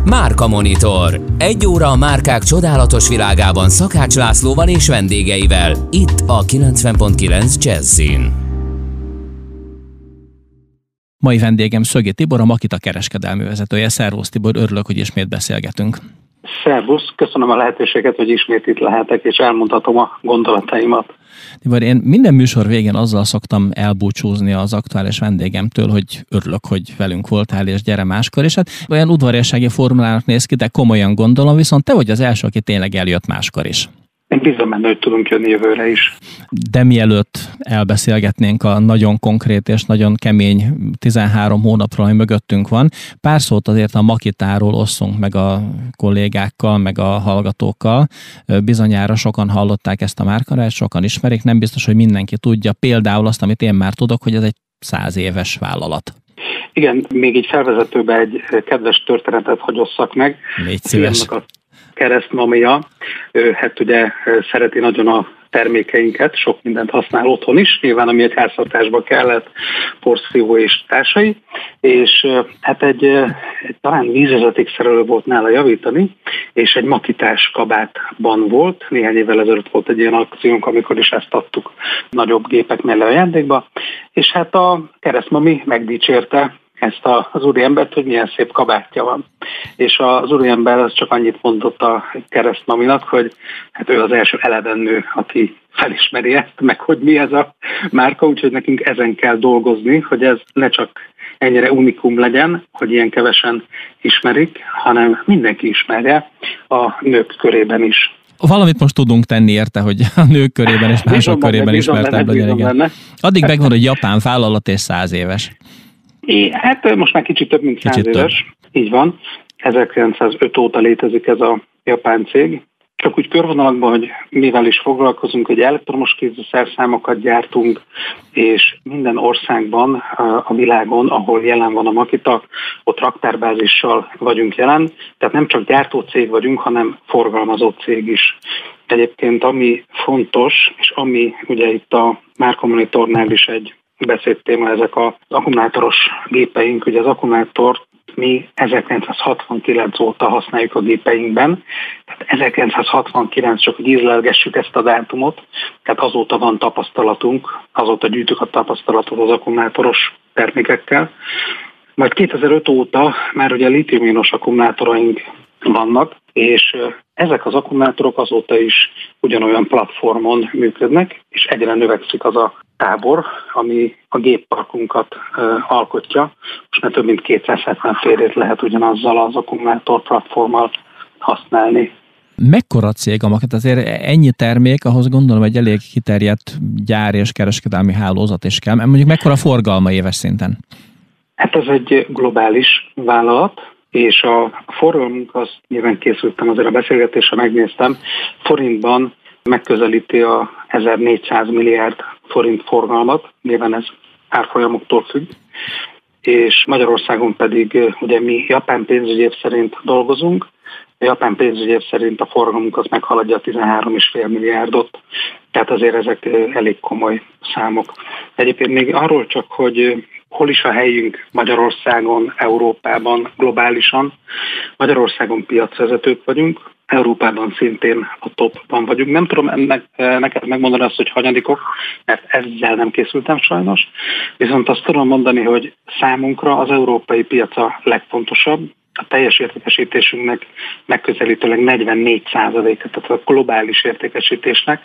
Márka Monitor. Egy óra a márkák csodálatos világában Szakács Lászlóval és vendégeivel. Itt a 90.9 Jazzin. Mai vendégem Szögi Tibor, a Makita kereskedelmi vezetője. Szervusz Tibor, örülök, hogy ismét beszélgetünk. Szervusz, köszönöm a lehetőséget, hogy ismét itt lehetek, és elmondhatom a gondolataimat. Tibor, én minden műsor végén azzal szoktam elbúcsúzni az aktuális vendégemtől, hogy örülök, hogy velünk voltál, és gyere máskor, és hát olyan udvariassági formulának néz ki, de komolyan gondolom, viszont te vagy az első, aki tényleg eljött máskor is. Én bízom benne, hogy tudunk jönni jövőre is. De mielőtt elbeszélgetnénk a nagyon konkrét és nagyon kemény 13 hónapról, ami mögöttünk van, pár szót azért a Makitáról osszunk meg a kollégákkal, meg a hallgatókkal. Bizonyára sokan hallották ezt a márkanevet, sokan ismerik, nem biztos, hogy mindenki tudja. Például azt, amit én már tudok, hogy ez egy 100 éves vállalat. Igen, még így felvezetőben egy kedves történetet hagyosszak meg. Légy szíves. Keresztmamia, hát ugye szereti nagyon a termékeinket, sok mindent használ otthon is, nyilván ami egy háztartásban kellett, porszívó és társai, és hát egy talán vízvezetékszerelő volt nála javítani, és egy makitás kabátban volt, néhány évvel ezelőtt volt egy ilyen akciónk, amikor is ezt adtuk nagyobb gépek mellé ajándékba, és hát a keresztmami megdicsérte ezt az úriembert, hogy milyen szép kabátja van. És az úriember az csak annyit mondott a keresztmaminak, hogy hát ő az első eleven nő, aki felismeri ezt, meg hogy mi ez a márka, úgyhogy nekünk ezen kell dolgozni, hogy ez ne csak ennyire unikum legyen, hogy ilyen kevesen ismerik, hanem mindenki ismerje a nők körében is. Valamit most tudunk tenni érte, hogy a nők körében és mások körében ismertebb legyen. Addig megvan, hogy japán vállalat és 100 éves. Hát most már kicsit több, mint 100 éves. Így van. 1905 óta létezik ez a japán cég. Csak úgy körvonalakban, hogy mivel is foglalkozunk, hogy elektromos kézszerszámokat gyártunk, és minden országban a világon, ahol jelen van a Makita, ott raktárbázissal vagyunk jelen. Tehát nem csak gyártó cég vagyunk, hanem forgalmazó cég is. Egyébként ami fontos, és ami ugye itt a Márka Monitornál is egy beszédtéma, ezek az akkumulátoros gépeink. Ugye az akkumulátort mi 1969 óta használjuk a gépeinkben, tehát 1969, csak hogy ízlelgessük ezt a dátumot, tehát azóta van tapasztalatunk, azóta gyűjtük a tapasztalatot az akkumulátoros termékekkel. Majd 2005 óta már ugye lítium-ionos akkumulátoraink vannak, és ezek az akkumulátorok azóta is ugyanolyan platformon működnek, és egyre növekszik az a tábor, ami a gépparkunkat alkotja. Most már több mint 270 férét lehet ugyanazzal az akkumulátor platformmal használni. Mekkora cég a Makita? Azért ennyi termék, ahhoz gondolom egy elég kiterjedt gyár és kereskedelmi hálózat is kell. Mondjuk mekkora forgalma éves szinten? Hát ez egy globális vállalat, és a forgalmunk, azt nyilván készültem azért a beszélgetésre, megnéztem, forintban megközelíti a 1400 milliárd forint forgalmat, nyilván ez árfolyamoktól függ, és Magyarországon pedig ugye mi japán pénzügyév szerint dolgozunk, a japán pénzügyév szerint a forgalmunk az meghaladja a 13,5 milliárdot, tehát azért ezek elég komoly számok. Egyébként még arról csak, hogy hol is a helyünk Magyarországon, Európában, globálisan. Magyarországon piacvezetők vagyunk, Európában szintén a topban vagyunk. Nem tudom neked megmondani azt, hogy hanyadikok, mert ezzel nem készültem sajnos. Viszont azt tudom mondani, hogy számunkra az európai piac a legfontosabb. A teljes értékesítésünknek megközelítőleg 44%-a, tehát a globális értékesítésnek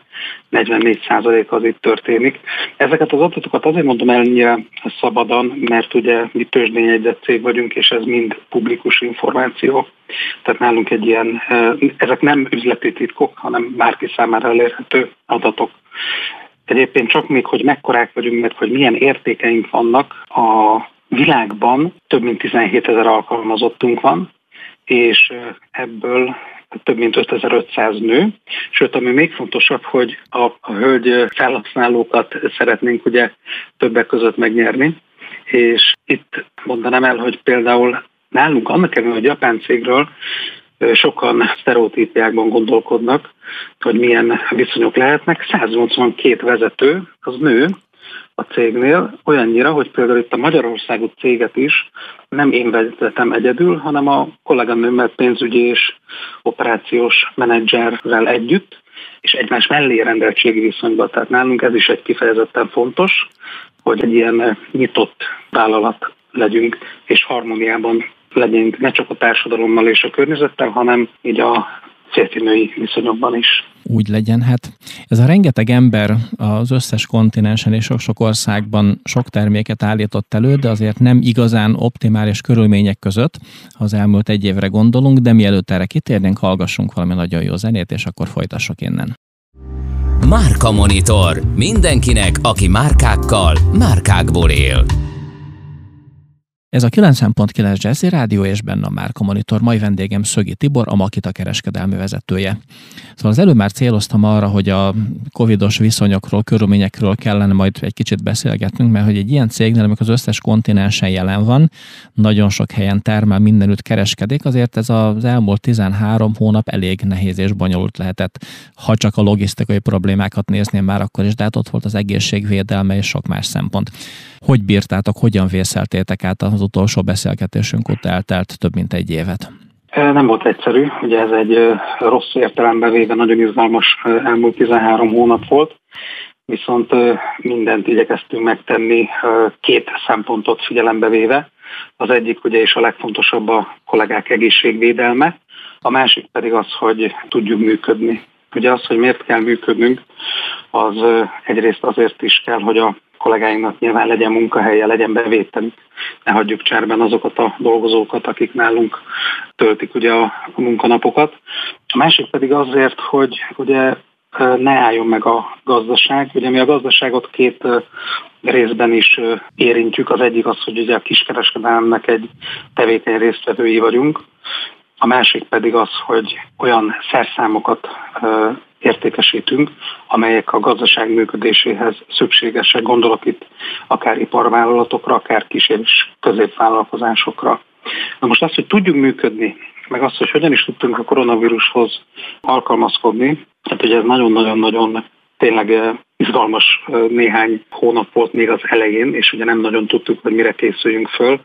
44% az itt történik. Ezeket az adatokat azért mondom el ennyire szabadon, mert ugye mi tőzsdényjegyzett cég vagyunk, és ez mind publikus információ. Tehát nálunk egy ilyen, ezek nem üzleti titkok, hanem bárki számára elérhető adatok. Egyébként csak még, hogy mekkorák vagyunk, mert hogy milyen értékeink vannak, a világban több mint 17 000 alkalmazottunk van, és ebből több mint 5500 nő. Sőt, ami még fontosabb, hogy a hölgy felhasználókat szeretnénk ugye többek között megnyerni, és itt mondanám el, hogy például nálunk annak ellenére, hogy japán cégről sokan sztereotípiákban gondolkodnak, hogy milyen viszonyok lehetnek. 182 vezető, az nő, a cégnél, olyannyira, hogy például itt a Magyarországi céget is nem én vezetem egyedül, hanem a kolléganőmmel pénzügyi és operációs menedzserrel együtt, és egymás mellé rendeltségi viszonyban. Tehát nálunk ez is egy kifejezetten fontos, hogy egy ilyen nyitott vállalat legyünk, és harmóniában legyünk ne csak a társadalommal és a környezettel, hanem így a férfi-női viszonyokban is. Úgy legyen, hát ez a rengeteg ember az összes kontinensen és sok-sok országban sok terméket állított elő, de azért nem igazán optimális körülmények között, ha az elmúlt egy évre gondolunk, de mielőtt erre kitérnénk, hallgassunk valami nagyon jó zenét, és akkor folytassuk innen. Márka Monitor. Mindenkinek, aki márkákkal, márkákból él. Ez a 90.9 Jazzy Rádió, és benne a Márka Monitor. Mai vendégem Szögi Tibor, a Makita kereskedelmi vezetője. Szóval az előbb már céloztam arra, hogy a covidos viszonyokról, körülményekről kellene majd egy kicsit beszélgetnünk, mert hogy egy ilyen cégnél, amikor az összes kontinensen jelen van, nagyon sok helyen termel, mindenütt kereskedik, azért ez az elmúlt 13 hónap elég nehéz és bonyolult lehetett. Ha csak a logisztikai problémákat nézném már akkor is, de hát ott volt az egészségvédelme és sok más szempont. Hogy bírtátok, hogyan vészeltétek át az utolsó beszélgetésünk után eltelt több mint egy évet? Nem volt egyszerű, ugye ez egy rossz értelemben véve nagyon izgalmas elmúlt 13 hónap volt, viszont mindent igyekeztünk megtenni két szempontot figyelembe véve. Az egyik ugye és a legfontosabb a kollégák egészségvédelme, a másik pedig az, hogy tudjuk működni. Ugye az, hogy miért kell működnünk, az egyrészt azért is kell, hogy a kollégáinknak nyilván legyen munkahelye, legyen bevételük. Ne hagyjuk cserben azokat a dolgozókat, akik nálunk töltik ugye a munkanapokat. A másik pedig azért, hogy ugye ne álljon meg a gazdaság. Ugye mi a gazdaságot két részben is érintjük. Az egyik az, hogy ugye a kiskereskedelemnek egy tevékeny résztvevői vagyunk. A másik pedig az, hogy olyan szerszámokat értékesítünk, amelyek a gazdaság működéséhez szükségesek. Gondolok itt akár iparvállalatokra, akár kis és középvállalkozásokra. Na most az, hogy tudjunk működni, meg az, hogy hogyan is tudtunk a koronavírushoz alkalmazkodni, hát ugye ez nagyon-nagyon-nagyon tényleg izgalmas néhány hónap volt még az elején, és ugye nem nagyon tudtuk, hogy mire készüljünk föl,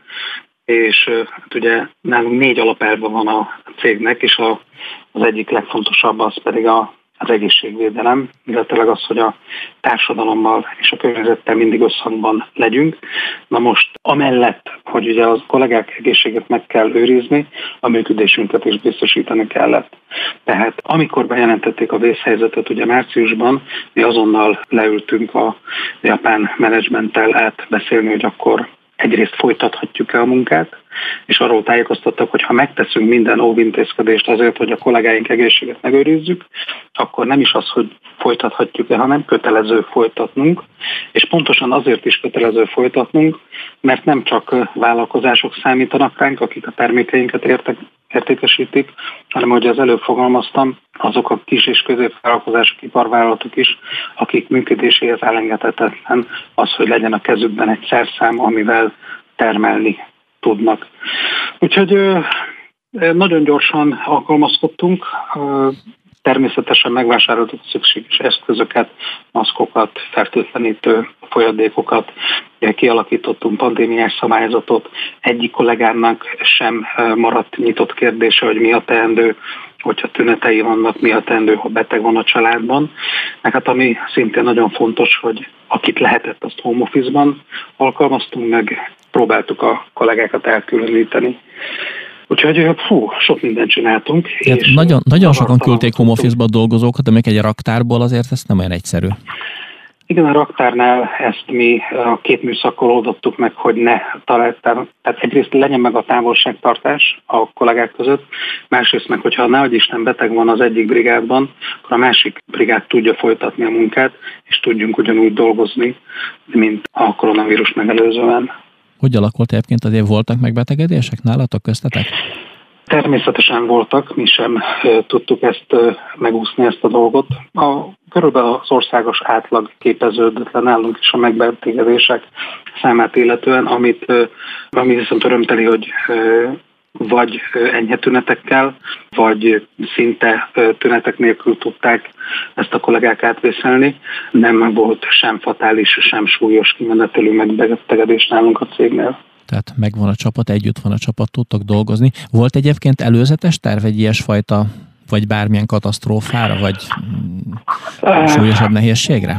és hát ugye nálunk 4 alapelve van a cégnek, és az egyik legfontosabb az pedig az egészségvédelem, illetőleg az, hogy a társadalommal és a környezettel mindig összhangban legyünk. Na most amellett, hogy ugye a kollégák egészséget meg kell őrizni, a működésünket is biztosítani kellett. Tehát amikor bejelentették a vészhelyzetet, ugye márciusban, mi azonnal leültünk a japán menedzsmenttel átbeszélni, hogy akkor egyrészt folytathatjuk-e a munkát, és arról tájékoztattak, hogy ha megteszünk minden óvintézkedést azért, hogy a kollégáink egészséget megőrizzük, akkor nem is az, hogy folytathatjuk-e, hanem kötelező folytatnunk, és pontosan azért is kötelező folytatnunk, mert nem csak vállalkozások számítanak ránk, akik a termékeinket értékesítik, hanem, ahogy az előbb fogalmaztam, azok a kis és középvállalkozások, iparvállalatok is, akik működéséhez elengedhetetlen az, hogy legyen a kezükben egy szerszám, amivel termelni tudnak. Úgyhogy nagyon gyorsan alkalmazkodtunk, természetesen megvásároltuk szükséges eszközöket, maszkokat, fertőtlenítő folyadékokat, kialakítottunk pandémiás szabályzatot, egyik kollégának sem maradt nyitott kérdése, hogy mi a teendő, hogyha tünetei vannak, mi a teendő, ha beteg van a családban. Meg hát ami szintén nagyon fontos, hogy akit lehetett, azt home office-ban alkalmaztunk, meg próbáltuk a kollégákat elkülöníteni. Úgyhogy sok mindent csináltunk. És nagyon sokan küldték home office-ba dolgozókat, de még egy raktárból azért ez nem olyan egyszerű. Igen, a raktárnál ezt mi a 2 műszakkal oldottuk meg, hogy ne találtam. Tehát egyrészt legyen meg a távolságtartás a kollégák között, másrészt meg, hogyha nehogy Isten beteg van az egyik brigádban, akkor a másik brigád tudja folytatni a munkát, és tudjunk ugyanúgy dolgozni, mint a koronavírus megelőzően. Hogy alakult egyébként, azért voltak megbetegedések nálatok, köztetek? Természetesen voltak, mi sem tudtuk megúszni ezt a dolgot. Körülbelül az országos átlag képeződött le nálunk is a megbetegedések számát illetően, ami viszont örömteli, hogy vagy enyhe tünetekkel, vagy szinte tünetek nélkül tudták ezt a kollégák átvészelni. Nem volt sem fatális, sem súlyos kimenetelő megbetegedés nálunk a cégnél. Tehát megvan a csapat, együtt van a csapat, tudtok dolgozni. Volt egyébként előzetes terv egy ilyesfajta, vagy bármilyen katasztrófára, vagy súlyosabb nehézségre?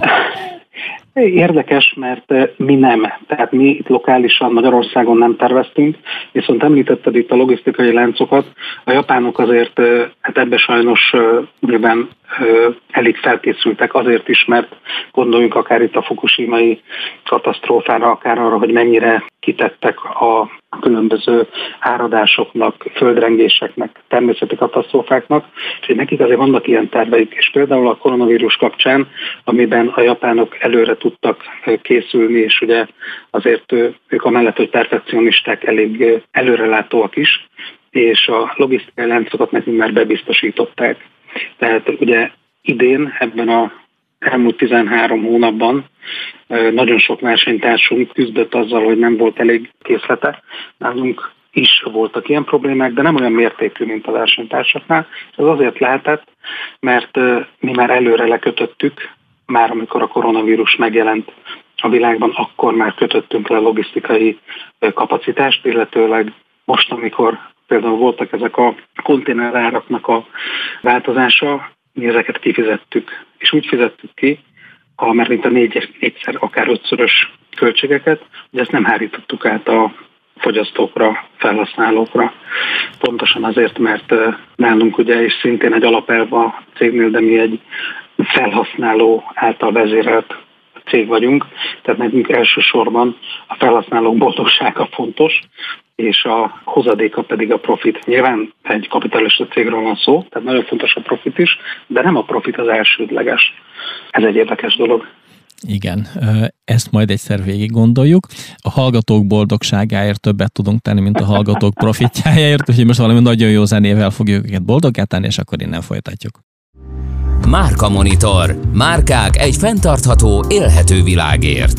Érdekes, mert mi nem. Tehát mi itt lokálisan Magyarországon nem terveztünk, viszont említetted itt a logisztikai láncokat. A japánok azért hát ebbe sajnos nyilván elég felkészültek azért is, mert gondoljunk akár itt a fukushimai katasztrófára, akár arra, hogy mennyire kitettek a különböző áradásoknak, földrengéseknek, természeti katasztrófáknak, és nekik azért vannak ilyen terveik, és például a koronavírus kapcsán, amiben a japánok előre tudtak készülni, és ugye azért ők amellett, hogy perfekcionisták, elég előrelátóak is, és a logisztikai láncokat nekünk már bebiztosították. Tehát ugye idén, ebben a elmúlt 13 hónapban nagyon sok versenytársunk küzdött azzal, hogy nem volt elég készlete. Nálunk is voltak ilyen problémák, de nem olyan mértékű, mint a versenytársaknál. Ez azért lehetett, mert mi már előre lekötöttük, már amikor a koronavírus megjelent a világban, akkor már kötöttünk le logisztikai kapacitást, illetőleg most, amikor például voltak ezek a konténeráraknak a változása, mi ezeket kifizettük. És úgy fizettük ki, mert mint a négyszer, akár 5-szörös költségeket, hogy ezt nem hárítottuk át a fogyasztókra, felhasználókra. Pontosan azért, mert nálunk ugye is szintén egy alapelv a cégnél, de mi egy felhasználó által vezérelt cég vagyunk, tehát nekünk elsősorban a felhasználók boldogsága fontos, és a hozadéka pedig a profit. Nyilván egy kapitalista cégről van szó, tehát nagyon fontos a profit is, de nem a profit az elsődleges. Ez egy érdekes dolog. Igen, ezt majd egyszer végig gondoljuk. A hallgatók boldogságáért többet tudunk tenni, mint a hallgatók profitjájáért, úgyhogy most valami nagyon jó zenével fogjuk őket boldoggá tenni, és akkor innen folytatjuk. Márka Monitor. Márkák egy fenntartható, élhető világért.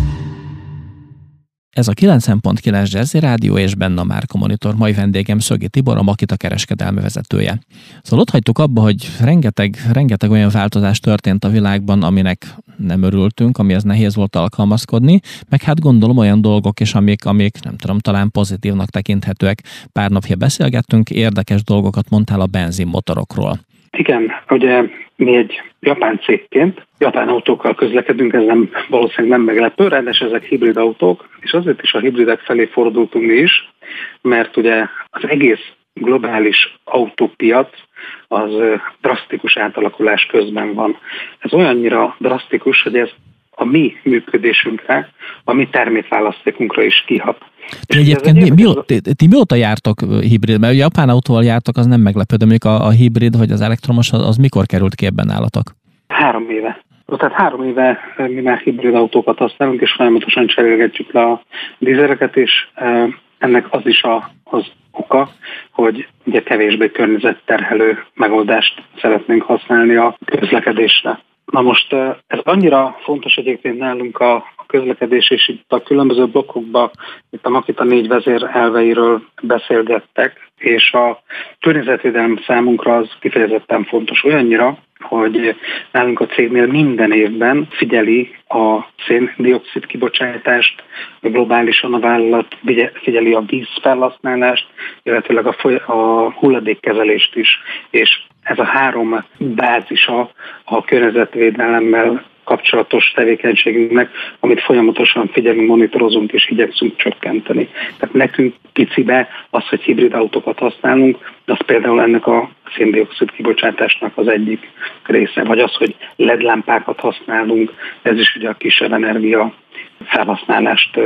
Ez a 90.9 Jazzy Rádió, és benne a Márka Monitor. Mai vendégem Szögi Tibor, a Makita kereskedelmi vezetője. Szóval ott hagytuk abba, hogy rengeteg olyan változás történt a világban, aminek nem örültünk, amihez nehéz volt alkalmazkodni, meg hát gondolom olyan dolgok is, amik nem tudom, talán pozitívnak tekinthetőek. Pár napja beszélgettünk, érdekes dolgokat mondtál a benzinmotorokról. Igen, ugye mi egy japán cégként, japán autókkal közlekedünk, ez valószínűleg nem meglepő, ráadásul ezek hibrid autók, és azért is a hibridek felé fordultunk mi is, mert ugye az egész globális autópiac az drasztikus átalakulás közben van. Ez olyannyira drasztikus, hogy ez a mi működésünkre, a mi termékválasztékunkra is kihat. De egyébként ti mióta jártok hibrid? Mert a japán autóval jártok, az nem meglepő, de mondjuk a hibrid vagy az elektromos, az mikor került képben nálatok? 3 éve. Tehát 3 éve mi már hibrid autókat használunk, és folyamatosan cserélgetjük le a dízeleket, és ennek az is az oka, hogy ugye kevésbé környezetterhelő megoldást szeretnénk használni a közlekedésre. Na most ez annyira fontos egyébként nálunk a közlekedés, és itt a különböző blokkokban itt a Makita 4 vezérelveiről beszélgettek, és a környezetvédelem számunkra az kifejezetten fontos olyannyira, hogy nálunk a cégnél minden évben figyeli a szén-dioxid kibocsátást, globálisan a vállalat figyeli a vízfelhasználást, illetőleg a hulladékkezelést is, és ez a 3 bázisa a környezetvédelemmel kapcsolatos tevékenységünknek, amit folyamatosan figyelünk, monitorozunk és igyekszünk csökkenteni. Tehát nekünk picibe az, hogy hibrid autókat használunk, de az például ennek a szén-dioxid kibocsátásnak az egyik része, vagy az, hogy LED lámpákat használunk, ez is ugye a kisebb energia felhasználást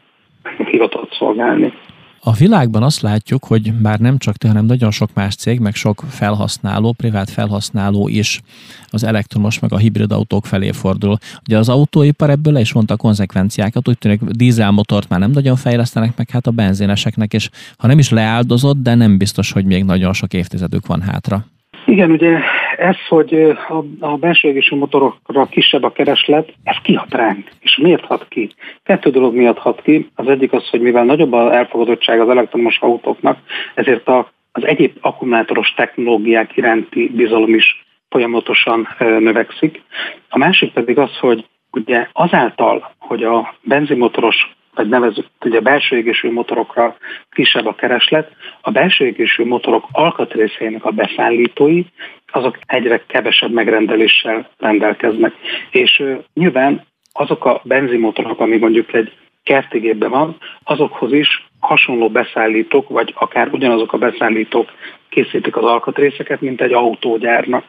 hivatott szolgálni. A világban azt látjuk, hogy bár nem csak te, hanem nagyon sok más cég, meg sok felhasználó, privát felhasználó is az elektromos, meg a hibrid autók felé fordul. Ugye az autóipar ebből le is vonta a konzekvenciákat, úgy tűnik dízelmotort már nem nagyon fejlesztenek, meg hát a benzineseknek is, ha nem is leáldozott, de nem biztos, hogy még nagyon sok évtizedük van hátra. Igen, ugye ez, hogy a belső égésű motorokra kisebb a kereslet, ez kihat ránk. És miért hat ki? 2 dolog miatt hat ki. Az egyik az, hogy mivel nagyobb az elfogadottság az elektromos autóknak, ezért az egyéb akkumulátoros technológiák iránti bizalom is folyamatosan növekszik. A másik pedig az, hogy ugye azáltal, hogy a benzinmotoros, vagy nevezzük ugye belső égésű motorokra kisebb a kereslet, a belső égésű motorok alkatrészeinek a beszállítói, azok egyre kevesebb megrendeléssel rendelkeznek. És nyilván azok a benzinmotorok, ami mondjuk egy kertigépben van, azokhoz is hasonló beszállítók, vagy akár ugyanazok a beszállítók készítik az alkatrészeket, mint egy autógyárnak.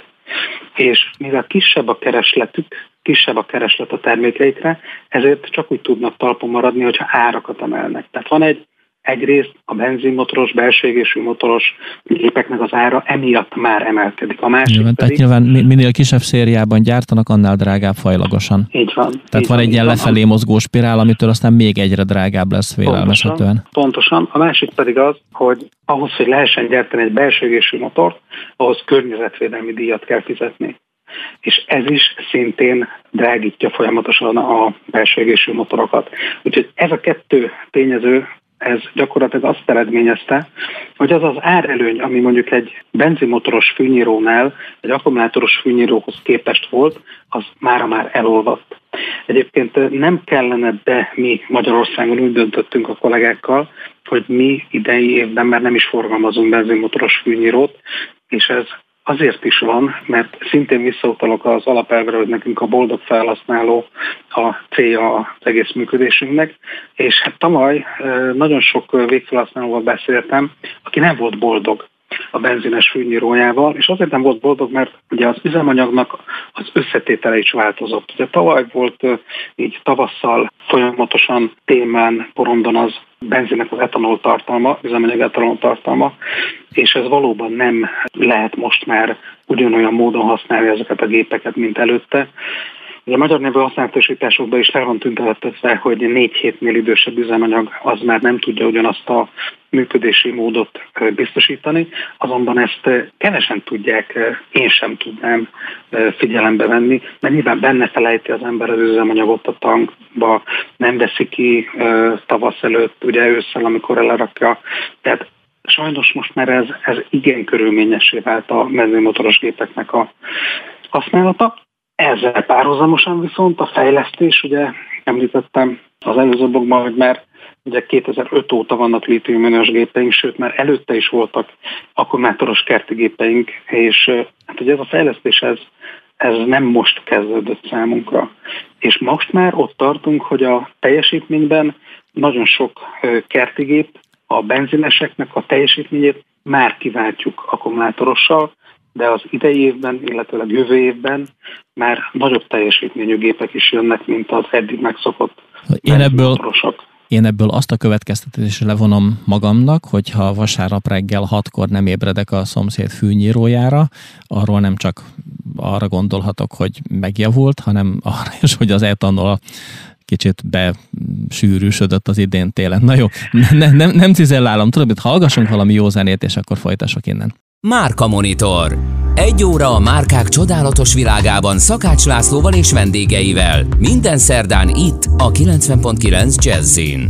És mivel kisebb a keresletük, kisebb a kereslet a termékeikre, ezért csak úgy tudnak talpon maradni, hogyha árakat emelnek. Tehát van egyrészt a benzinmotoros, belső égésű motoros gépeknek az ára emiatt már emelkedik. A másik nyilván, pedig... Tehát nyilván minél kisebb szériában gyártanak, annál drágább fajlagosan. Így van. Tehát van egy ilyen lefelé mozgó spirál, amitől aztán még egyre drágább lesz vélelmezhetően. Pontosan. A másik pedig az, hogy ahhoz, hogy lehessen gyártani egy belső égésű motort, ahhoz környezetvédelmi díjat kell fizetni. És ez is szintén drágítja folyamatosan a belső égésű motorokat. Úgyhogy ez a 2 tényező, ez gyakorlatilag azt eredményezte, hogy az az árelőny, ami mondjuk egy benzinmotoros fűnyírónál, egy akkumulátoros fűnyíróhoz képest volt, az mára már elolvadt. Egyébként nem kellene, de mi Magyarországon úgy döntöttünk a kollégákkal, hogy mi idei évben már nem is forgalmazunk benzinmotoros fűnyírót, és ez azért is van, mert szintén visszautalok az alapelvre, hogy nekünk a boldog felhasználó a célja az egész működésünknek, és hát tavaly nagyon sok végfelhasználóval beszéltem, aki nem volt boldog a benzines fűnyírójával, és azért nem volt boldog, mert ugye az üzemanyagnak az összetétele is változott. Ugye tavaly volt így tavasszal folyamatosan témán, porondon az benzinnek az etanol tartalma, üzemanyag etanol tartalma, és ez valóban nem lehet most már ugyanolyan módon használni ezeket a gépeket, mint előtte. Ugye a magyar nyelvű használatosításokban is fel van tüntetve, hogy 4 hétnél idősebb üzemanyag az már nem tudja ugyanazt a működési módot biztosítani, azonban ezt kevesen tudják, én sem tudnám figyelembe venni, mert nyilván benne felejti az ember az üzemanyagot a tankba, nem veszi ki tavasz előtt, ugye ősszel, amikor elerakja. Tehát sajnos most már ez igen körülményessé vált a benzinmotoros gépeknek a használata. Ezzel párhuzamosan viszont a fejlesztés, ugye említettem az előző blogban, hogy már ugye 2005 óta vannak lítium-ionos gépeink, sőt már előtte is voltak akkumulátoros kerti gépeink, és hát ugye ez a fejlesztés ez nem most kezdődött számunkra. És most már ott tartunk, hogy a teljesítményben nagyon sok kerti gép, a benzineseknek a teljesítményét már kiváltjuk akkumulátorossal, de az idei évben, illetőleg jövő évben már nagyobb teljesítményű gépek is jönnek, mint az eddig megszokott benzinmotorosok. Én ebből azt a következtetésre levonom magamnak, hogyha vasárnap reggel 6-kor nem ébredek a szomszéd fűnyírójára, arról nem csak arra gondolhatok, hogy megjavult, hanem arra is, hogy az etanol kicsit besűrűsödött az idén télen. Na jó, nem cizellálom, tudod, hogy hallgassunk valami jó zenét, és akkor folytassuk innen. Márka Monitor. 1 óra a márkák csodálatos világában Szakács Lászlóval és vendégeivel. Minden szerdán itt a 90.9 Jazzin.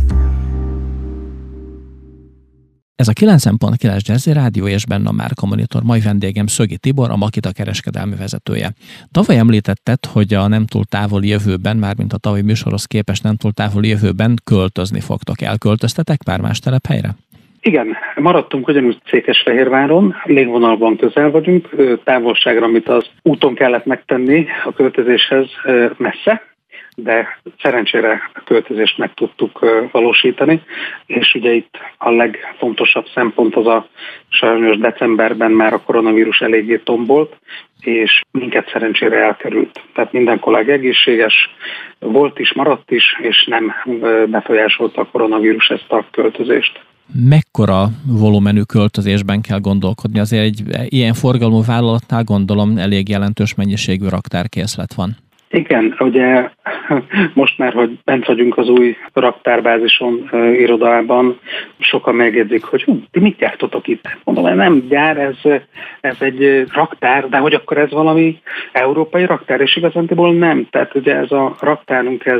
Ez a 90.9 Jazzy Rádió és benne a Márka Monitor. Mai vendégem Szögi Tibor, a Makita kereskedelmi vezetője. Tavaly említetted, hogy a nem túl távoli jövőben, mármint a tavalyi műsorhoz képest nem túl távoli jövőben költözni fogtok. Elköltöztetek pár más telephelyre? Igen, maradtunk ugyanúgy Székesfehérváron, légvonalban közel vagyunk, távolságra, amit az úton kellett megtenni a költözéshez messze, de szerencsére a költözést meg tudtuk valósítani, és ugye itt a legfontosabb szempont az a sajnos decemberben már a koronavírus eléggé tombolt, és minket szerencsére elkerült. Tehát minden kollega egészséges volt is, maradt is, és nem befolyásolta a koronavírus ezt a költözést. Mekkora volumenű költözésben kell gondolkodni? Azért egy ilyen forgalmú vállalatnál gondolom elég jelentős mennyiségű raktárkészlet van. Igen, ugye most már, hogy bent vagyunk az új raktárbázison irodában, sokan megjegyzik, hogy ti mit gyártotok itt? Mondom, nem gyár, ez egy raktár, de hogy akkor ez valami európai raktár, és igazándiból nem. Tehát ugye ez a raktárunk, ez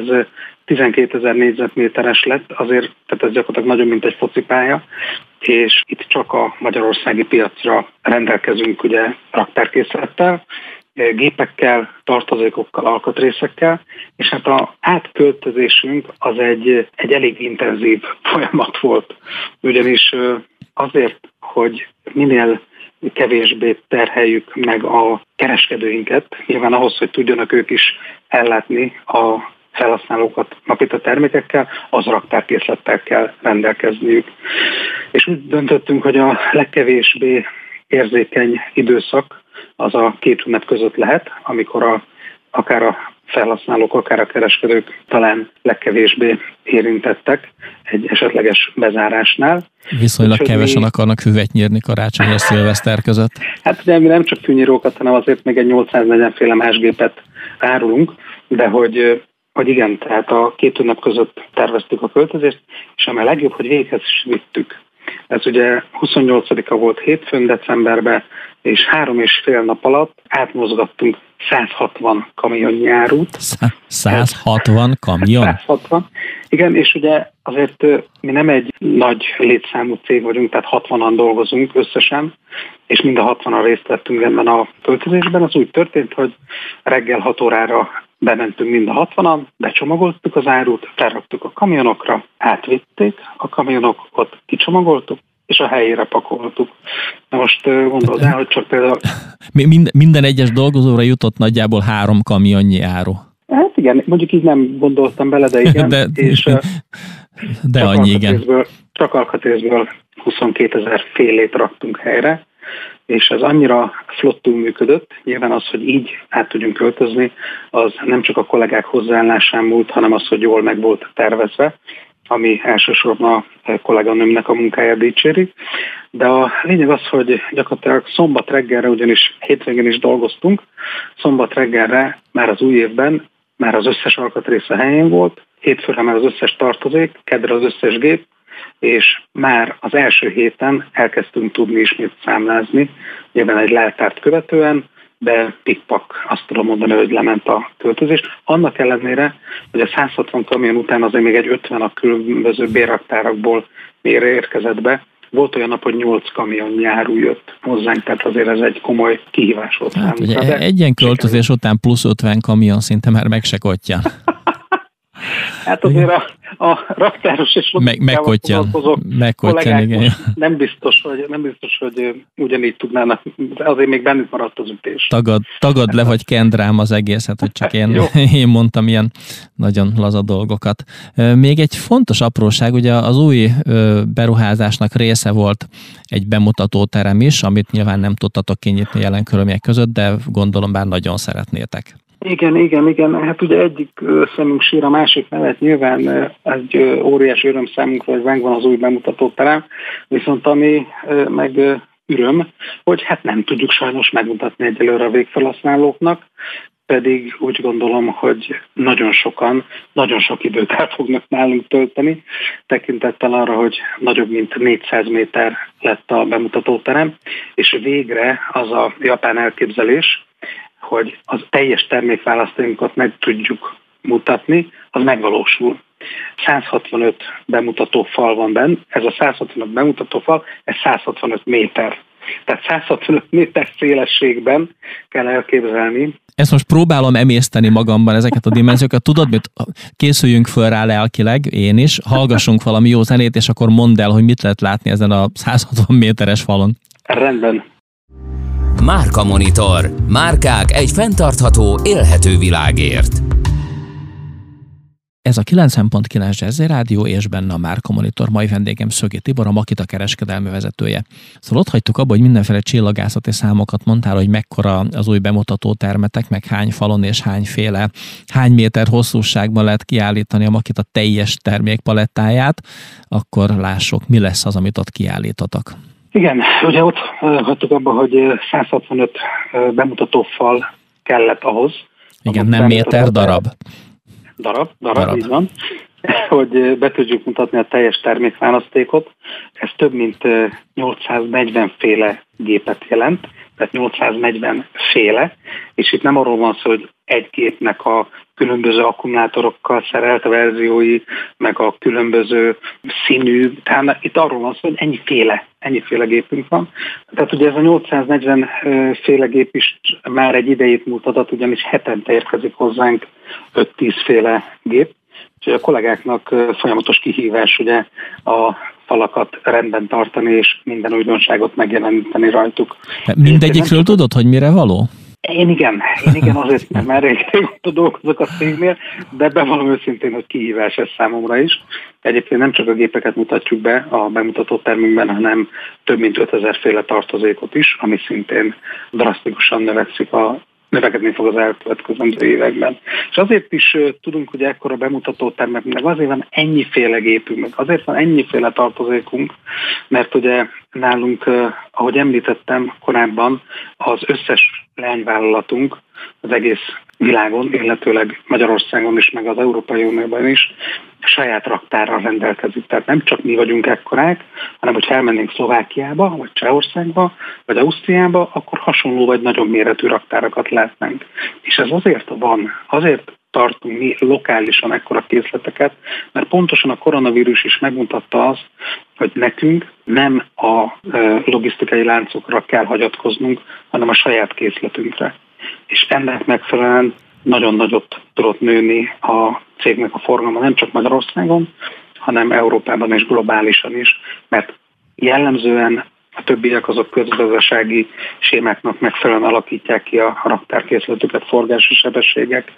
12 000 négyzetméteres lett, azért, tehát ez gyakorlatilag nagyon, mint egy focipálya, és itt csak a magyarországi piacra rendelkezünk ugye raktárkészlettel, gépekkel, tartozékokkal, alkatrészekkel, és hát az átköltözésünk az egy elég intenzív folyamat volt. Ugyanis azért, hogy minél kevésbé terheljük meg a kereskedőinket, nyilván ahhoz, hogy tudjanak ők is ellátni a felhasználókat napita termékekkel, az raktárkészlettel kell rendelkezniük. És úgy döntöttünk, hogy a legkevésbé érzékeny időszak az a 2 ünnep között lehet, amikor akár a felhasználók, akár a kereskedők talán legkevésbé érintettek egy esetleges bezárásnál. Viszonylag kevesen akarnak füvet nyírni karácsony és szilveszter között. Hát ugye mi nem csak fűnyírókat, hanem azért még egy 840 féle más gépet árulunk, de hogy igen, tehát a 2 ünnep között terveztük a költözést, és ami a legjobb, hogy véghez is vittük. Ez ugye 28-a volt hétfőn, decemberben, és 3,5 nap alatt átmozgattunk 160 kamionnyi árut. 160 kamion? 160. Igen, és ugye azért mi nem egy nagy létszámú cég vagyunk, tehát 60-an dolgozunk összesen, és mind a 60-an részt vettünk ebben a költözésben. Az úgy történt, hogy reggel 6 órára bementünk mind a 60-an, becsomagoltuk az árut, felraktuk a kamionokra, átvitték a kamionok, ott kicsomagoltuk, és a helyére pakoltuk. Na most gondolod el, hogy csak például... Minden egyes dolgozóra jutott nagyjából 3 kamionnyi áru. Hát igen, mondjuk így nem gondoltam bele, de igen. de annyi, igen. Csak alkatrészből 22 000 félét raktunk helyre, és ez annyira flottul működött, nyilván az, hogy így át tudjunk költözni, az nem csak a kollégák hozzáállásán múlt, hanem az, hogy jól meg volt tervezve, ami elsősorban a kolléganőmnek a munkáját dicséri. De a lényeg az, hogy gyakorlatilag szombat reggelre, ugyanis hétvégén is dolgoztunk, szombat reggelre már az új évben már az összes alkatrész a helyén volt, hétfőre már az összes tartozék, kedre az összes gép, és már az első héten elkezdtünk tudni ismét számlázni, nyilván egy leltárt követően, de pikpak, azt tudom mondani, hogy lement a költözés. Annak ellenére, hogy a 160 kamion után azért még egy 50 a különböző bérraktárakból érkezett be. Volt olyan nap, hogy 8 kamionnyi áru jött hozzánk, tehát azért ez egy komoly kihívás volt számunkra. Ugye egy ilyen költözés után plusz 50 kamion szinte már meg se kottyan. Hát azért a raktáros és megkottyan, igen. Nem biztos, hogy ugyanígy tudnának, azért még bennük maradt az ütés. Tagad le, vagy kend rám az egészet, hogy csak én mondtam ilyen nagyon laza dolgokat. Még egy fontos apróság, ugye az új beruházásnak része volt egy bemutatóterem is, amit nyilván nem tudtatok kinyitni jelen körülmények között, de gondolom bár nagyon szeretnétek. Igen. Hát ugye egyik szemünk sír a másik mellett, nyilván egy óriási öröm számunkra, hogy megvan az új bemutatóterem, viszont ami meg öröm, hogy hát nem tudjuk sajnos megmutatni egyelőre a végfelhasználóknak, pedig úgy gondolom, hogy nagyon sokan, nagyon sok időt el fognak nálunk tölteni, tekintettel arra, hogy nagyobb mint 400 méter lett a bemutatóterem, és végre az a japán elképzelés, hogy az teljes termékválasztékunkat meg tudjuk mutatni, az megvalósul. 165 bemutatófal van benne, ez a 165 bemutatófal, ez 165 méter. Tehát 165 méter szélességben kell elképzelni. Ezt most próbálom emészteni magamban, ezeket a dimenziókat. Tudod mit? Készüljünk föl rá lelkileg, én is, hallgassunk valami jó zenét, és akkor mondd el, hogy mit lehet látni ezen a 160 méteres falon. Rendben. Márka Monitor. Márkák egy fenntartható, élhető világért. Ez a 90.9 Jazzy Rádió, és benne a Márka Monitor. Mai vendégem Szögi Tibor, a Makita kereskedelmi vezetője. Szóval ott hagytuk abba, hogy mindenféle csillagászati számokat mondtál, hogy mekkora az új bemutató termetek, meg hány falon és hány méter hosszúságban lehet kiállítani a Makita teljes termékpalettáját, akkor lássuk, mi lesz az, amit ott kiállítotok. Igen, ugye ott hagytuk abba, hogy 165 bemutatófal kellett ahhoz, Igen, nem méter, darab. Darab, így van. Hogy be tudjuk mutatni a teljes termékválasztékot. Ez több mint 840 féle gépet jelent, tehát 840 féle, és itt nem arról van szó, hogy egy gépnek a különböző akkumulátorokkal szerelt verziói, meg a különböző színű, tehát itt arról van szó, hogy ennyiféle gépünk van. Tehát ugye ez a 840 féle gép is már egy idejét múlt adat, ugyanis hetente érkezik hozzánk 5-10 féle gép, úgyhogy a kollégáknak folyamatos kihívás ugye a falakat rendben tartani, és minden újdonságot megjeleníteni rajtuk. Mindegyikről tudod, hogy mire való? Én igen, azért, mert már régóta dolgozok a cégnél, de bevallom őszintén, hogy kihívás ez számomra is. Egyébként nem csak a gépeket mutatjuk be a bemutató termünkben, hanem több mint 5000 féle tartozékot is, ami szintén drasztikusan növekedni fog az elkövetkezendő években. És azért is tudunk, hogy ekkora bemutató termek, meg azért van ennyiféle gépünk, meg azért van ennyiféle tartozékunk, mert ugye nálunk, ahogy említettem korábban, az összes leányvállalatunk az egész világon, illetőleg Magyarországon is, meg az Európai Unióban is saját raktárral rendelkezik. Tehát nem csak mi vagyunk ekkorák, hanem hogy elmennénk Szlovákiába, vagy Csehországba, vagy Ausztriába, akkor hasonló vagy nagyobb méretű raktárakat látnánk. És ez azért van, azért tartunk mi lokálisan ekkora készleteket, mert pontosan a koronavírus is megmutatta azt, hogy nekünk nem a logisztikai láncokra kell hagyatkoznunk, hanem a saját készletünkre. És ennek megfelelően nagyon nagyot tudott nőni a cégnek a forgalma nem csak Magyarországon, hanem Európában és globálisan is, mert jellemzően a többiek azok közgazdasági sémáknak megfelelően alakítják ki a raktárkészletüket, forgási sebességek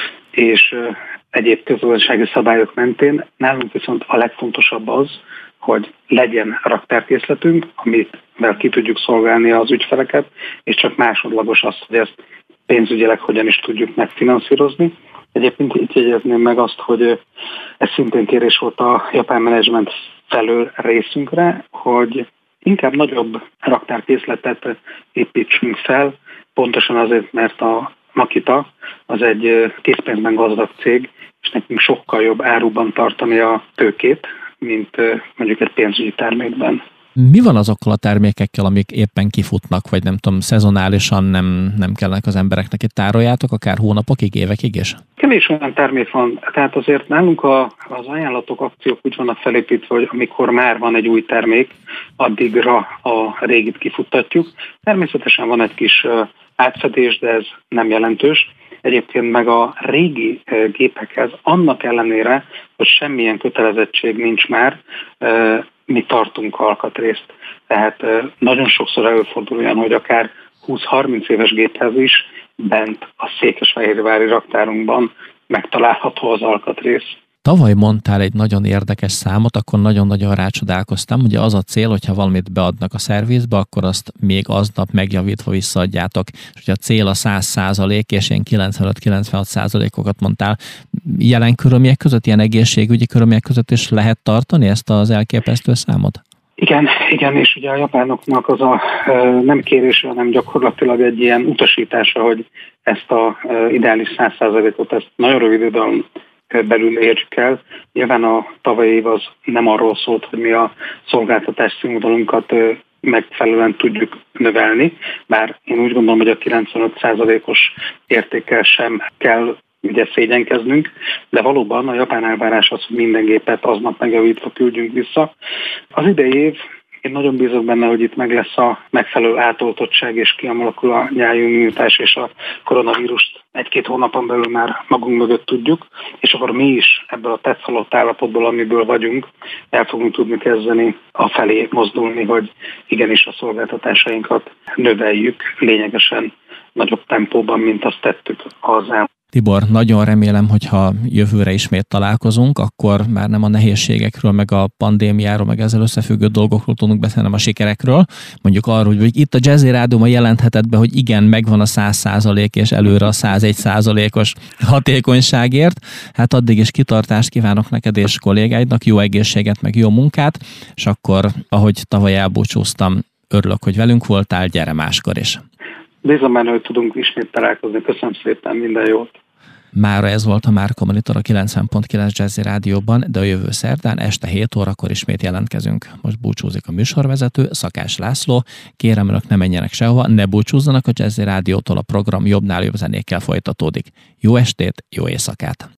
és egyéb közgazdasági szabályok mentén. Nálunk viszont a legfontosabb az, hogy legyen raktárkészletünk, amivel ki tudjuk szolgálni az ügyfeleket, és csak másodlagos az, hogy ezt pénzügyileg hogyan is tudjuk megfinanszírozni. Egyébként itt jegyezném meg azt, hogy ez szintén kérés volt a japán menedzsment felől részünkre, hogy inkább nagyobb raktárkészletet építsünk fel, pontosan azért, mert a Makita az egy készpénzben gazdag cég, és nekünk sokkal jobb áruban tartani a tőkét, mint mondjuk egy pénzügyi termékben. Mi van azokkal a termékekkel, amik éppen kifutnak, vagy nem tudom, szezonálisan nem kellnek az embereknek, itt tároljátok, akár hónapokig, évekig is? Kevés olyan termék van, tehát azért nálunk az ajánlatok, akciók úgy vannak felépítve, hogy amikor már van egy új termék, addigra a régit kifuttatjuk. Természetesen van egy kis átfedés, de ez nem jelentős. Egyébként meg a régi gépekhez annak ellenére, hogy semmilyen kötelezettség nincs már, mi tartunk alkatrészt. Tehát nagyon sokszor előfordul olyan, hogy akár 20-30 éves géphez is bent a székesfehérvári raktárunkban megtalálható az alkatrész. Tavaly mondtál egy nagyon érdekes számot, akkor nagyon-nagyon rácsodálkoztam. Ugye az a cél, hogyha valamit beadnak a szervizbe, akkor azt még aznap megjavítva visszaadjátok. És ugye a cél a 100%, és ilyen 95-96%-okat mondtál. Jelen körülmények között, ilyen egészségügyi körülmények között is lehet tartani ezt az elképesztő számot? Igen, és ugye a japánoknak az a nem kérése, hanem gyakorlatilag egy ilyen utasítása, hogy ezt a ideális 100%-ot ezt nagyon rövid időn belül érjük el. Nyilván a tavalyi év az nem arról szólt, hogy mi a szolgáltatás színvonalunkat megfelelően tudjuk növelni, bár én úgy gondolom, hogy a 95%-os értékkel sem kell ugye szégyenkeznünk, de valóban a japán elvárás az, hogy minden gépet aznap megjavítva küldjünk vissza. Az idei év, én nagyon bízok benne, hogy itt meg lesz a megfelelő átoltottság, és kialakul a nyári immunitás, és a koronavírust 1-2 hónapon belül már magunk mögött tudjuk, és akkor mi is ebből a tetszalott állapotból, amiből vagyunk, el fogunk tudni kezdeni afelé mozdulni, hogy igenis a szolgáltatásainkat növeljük lényegesen nagyobb tempóban, mint azt tettük az elmúlt. Tibor, nagyon remélem, hogyha jövőre ismét találkozunk, akkor már nem a nehézségekről, meg a pandémiáról, meg ezzel összefüggő dolgokról tudunk beszélni, hanem a sikerekről. Mondjuk arról, hogy itt a Jazzy Rádióban jelentheted be, hogy igen, megvan a 100% és előre a 101%-os hatékonyságért. Hát addig is kitartást kívánok neked és kollégáidnak, jó egészséget, meg jó munkát, és akkor, ahogy tavaly elbúcsúztam, örülök, hogy velünk voltál, gyere máskor is. Bízom benne, hogy tudunk ismét találkozni. Köszönöm szépen, minden jót! Mára ez volt a Márka Monitor a 90.9 Jazzy Rádióban, de a jövő szerdán este 7 órakor ismét jelentkezünk. Most búcsúzik a műsorvezető, Szakács László. Kérem, önök ne menjenek sehova, ne búcsúzzanak a Jazzy Rádiótól, a program jobbnál jobb zenékkel folytatódik. Jó estét, jó éjszakát!